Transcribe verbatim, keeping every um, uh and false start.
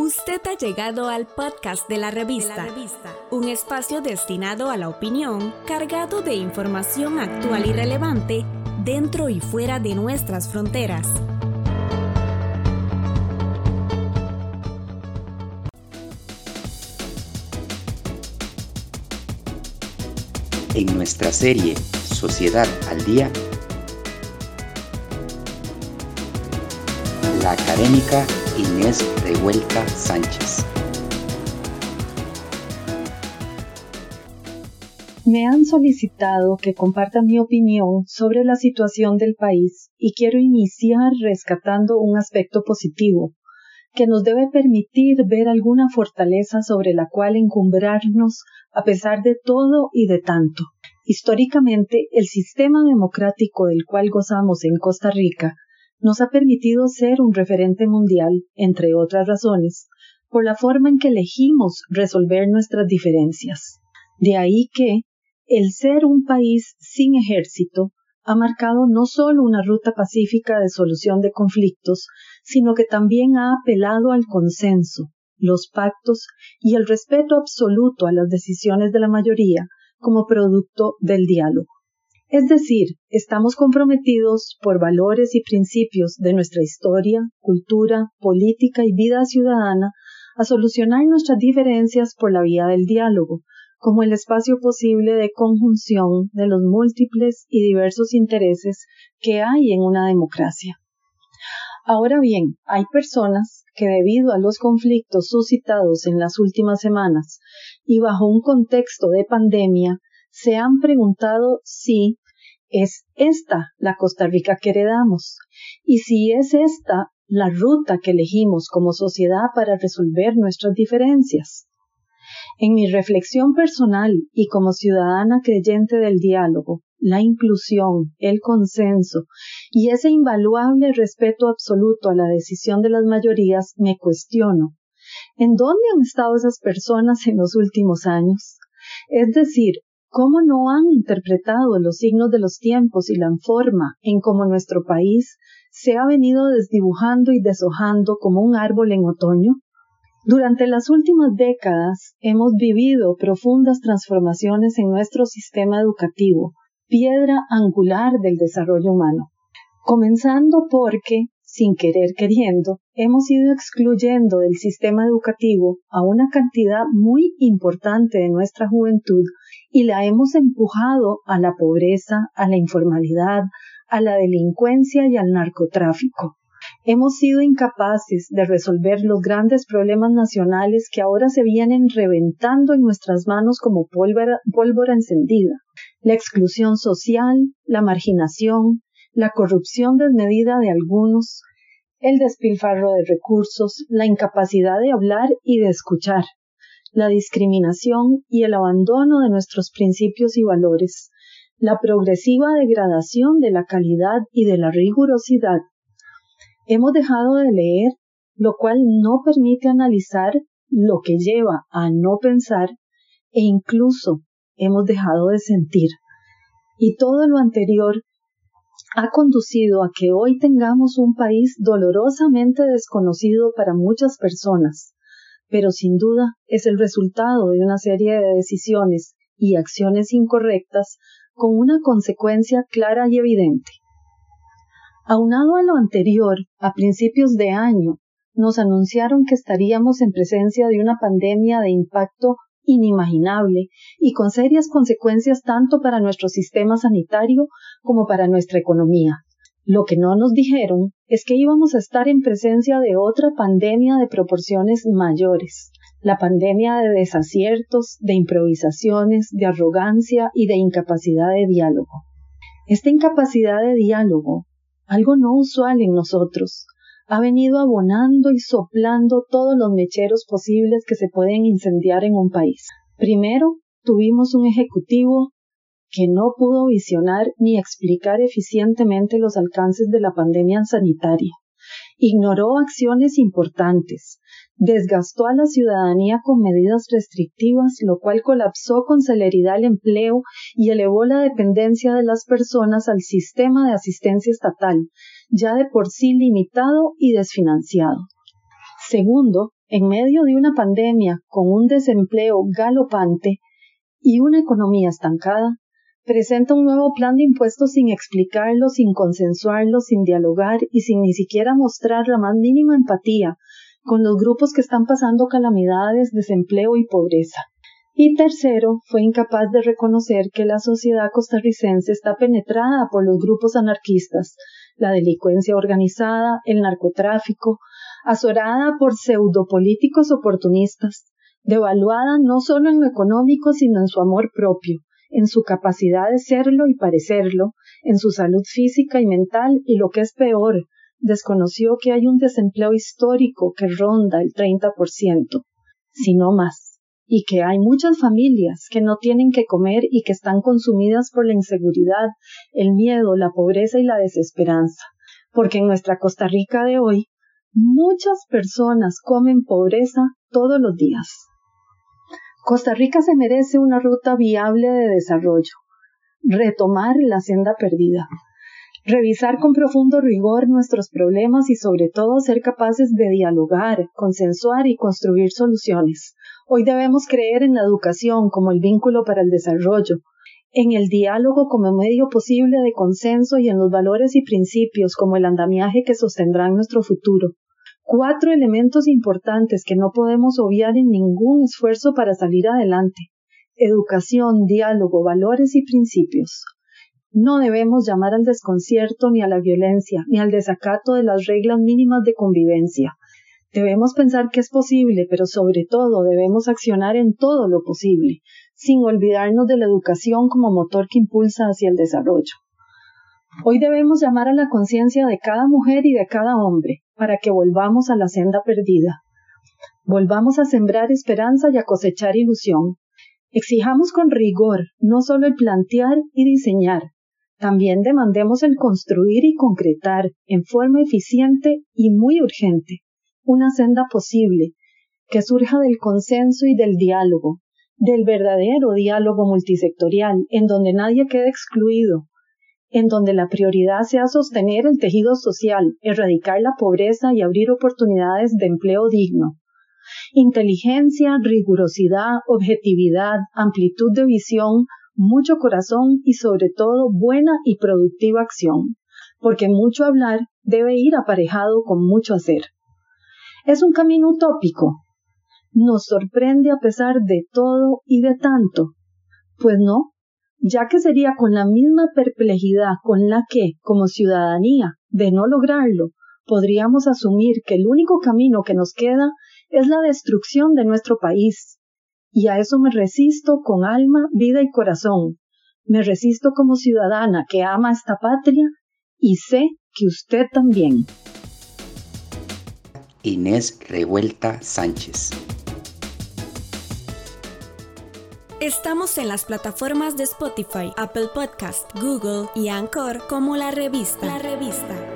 Usted ha llegado al podcast de la revista, de la revista, un espacio destinado a la opinión, cargado de información actual y relevante dentro y fuera de nuestras fronteras. En nuestra serie Sociedad al Día, la académica Inés Revuelta Sánchez. Me han solicitado que comparta mi opinión sobre la situación del país y quiero iniciar rescatando un aspecto positivo que nos debe permitir ver alguna fortaleza sobre la cual encumbrarnos a pesar de todo y de tanto. Históricamente, el sistema democrático del cual gozamos en Costa Rica nos ha permitido ser un referente mundial, entre otras razones, por la forma en que elegimos resolver nuestras diferencias. De ahí que, el ser un país sin ejército ha marcado no solo una ruta pacífica de solución de conflictos, sino que también ha apelado al consenso, los pactos y el respeto absoluto a las decisiones de la mayoría como producto del diálogo. Es decir, estamos comprometidos por valores y principios de nuestra historia, cultura, política y vida ciudadana a solucionar nuestras diferencias por la vía del diálogo, como el espacio posible de conjunción de los múltiples y diversos intereses que hay en una democracia. Ahora bien, hay personas que debido a los conflictos suscitados en las últimas semanas y bajo un contexto de pandemia, se han preguntado si es esta la Costa Rica que heredamos y si es esta la ruta que elegimos como sociedad para resolver nuestras diferencias. En mi reflexión personal y como ciudadana creyente del diálogo, la inclusión, el consenso y ese invaluable respeto absoluto a la decisión de las mayorías, me cuestiono, ¿en dónde han estado esas personas en los últimos años? Es decir, ¿cómo no han interpretado los signos de los tiempos y la forma en cómo nuestro país se ha venido desdibujando y deshojando como un árbol en otoño? Durante las últimas décadas hemos vivido profundas transformaciones en nuestro sistema educativo, piedra angular del desarrollo humano. Comenzando porque, sin querer queriendo, hemos ido excluyendo del sistema educativo a una cantidad muy importante de nuestra juventud y la hemos empujado a la pobreza, a la informalidad, a la delincuencia y al narcotráfico. Hemos sido incapaces de resolver los grandes problemas nacionales que ahora se vienen reventando en nuestras manos como pólvora, pólvora encendida. La exclusión social, la marginación, la corrupción desmedida de algunos, el despilfarro de recursos, la incapacidad de hablar y de escuchar, la discriminación y el abandono de nuestros principios y valores, la progresiva degradación de la calidad y de la rigurosidad. Hemos dejado de leer, lo cual no permite analizar lo que lleva a no pensar, e incluso hemos dejado de sentir. Y todo lo anterior ha conducido a que hoy tengamos un país dolorosamente desconocido para muchas personas, pero sin duda es el resultado de una serie de decisiones y acciones incorrectas con una consecuencia clara y evidente. Aunado a lo anterior, a principios de año, nos anunciaron que estaríamos en presencia de una pandemia de impacto inimaginable y con serias consecuencias tanto para nuestro sistema sanitario como para nuestra economía. Lo que no nos dijeron es que íbamos a estar en presencia de otra pandemia de proporciones mayores, la pandemia de desaciertos, de improvisaciones, de arrogancia y de incapacidad de diálogo. Esta incapacidad de diálogo, algo no usual en nosotros, ha venido abonando y soplando todos los mecheros posibles que se pueden incendiar en un país. Primero, tuvimos un ejecutivo que no pudo visionar ni explicar eficientemente los alcances de la pandemia sanitaria. Ignoró acciones importantes, desgastó a la ciudadanía con medidas restrictivas, lo cual colapsó con celeridad el empleo y elevó la dependencia de las personas al sistema de asistencia estatal, ya de por sí limitado y desfinanciado. Segundo, en medio de una pandemia con un desempleo galopante y una economía estancada, presenta un nuevo plan de impuestos sin explicarlo, sin consensuarlo, sin dialogar y sin ni siquiera mostrar la más mínima empatía con los grupos que están pasando calamidades, desempleo y pobreza. Y tercero, fue incapaz de reconocer que la sociedad costarricense está penetrada por los grupos anarquistas, la delincuencia organizada, el narcotráfico, azorada por pseudopolíticos oportunistas, devaluada no solo en lo económico sino en su amor propio, en su capacidad de serlo y parecerlo, en su salud física y mental y lo que es peor, desconoció que hay un desempleo histórico que ronda el treinta por ciento, si no más. Y que hay muchas familias que no tienen que comer y que están consumidas por la inseguridad, el miedo, la pobreza y la desesperanza. Porque en nuestra Costa Rica de hoy, muchas personas comen pobreza todos los días. Costa Rica se merece una ruta viable de desarrollo, retomar la senda perdida, revisar con profundo rigor nuestros problemas y sobre todo ser capaces de dialogar, consensuar y construir soluciones. Hoy debemos creer en la educación como el vínculo para el desarrollo, en el diálogo como medio posible de consenso y en los valores y principios como el andamiaje que sostendrán nuestro futuro. Cuatro elementos importantes que no podemos obviar en ningún esfuerzo para salir adelante: educación, diálogo, valores y principios. No debemos llamar al desconcierto ni a la violencia, ni al desacato de las reglas mínimas de convivencia. Debemos pensar que es posible, pero sobre todo debemos accionar en todo lo posible, sin olvidarnos de la educación como motor que impulsa hacia el desarrollo. Hoy debemos llamar a la conciencia de cada mujer y de cada hombre, para que volvamos a la senda perdida. Volvamos a sembrar esperanza y a cosechar ilusión. Exijamos con rigor no solo el plantear y diseñar, también demandemos el construir y concretar en forma eficiente y muy urgente una senda posible que surja del consenso y del diálogo, del verdadero diálogo multisectorial, en donde nadie quede excluido, en donde la prioridad sea sostener el tejido social, erradicar la pobreza y abrir oportunidades de empleo digno. Inteligencia, rigurosidad, objetividad, amplitud de visión, mucho corazón y sobre todo buena y productiva acción, porque mucho hablar debe ir aparejado con mucho hacer. ¿Es un camino utópico? ¿Nos sorprende a pesar de todo y de tanto? Pues no, ya que sería con la misma perplejidad con la que, como ciudadanía, de no lograrlo, podríamos asumir que el único camino que nos queda es la destrucción de nuestro país. Y a eso me resisto con alma, vida y corazón. Me resisto como ciudadana que ama esta patria y sé que usted también. Inés Revuelta Sánchez. Estamos en las plataformas de Spotify, Apple Podcast, Google y Anchor como La Revista. La Revista.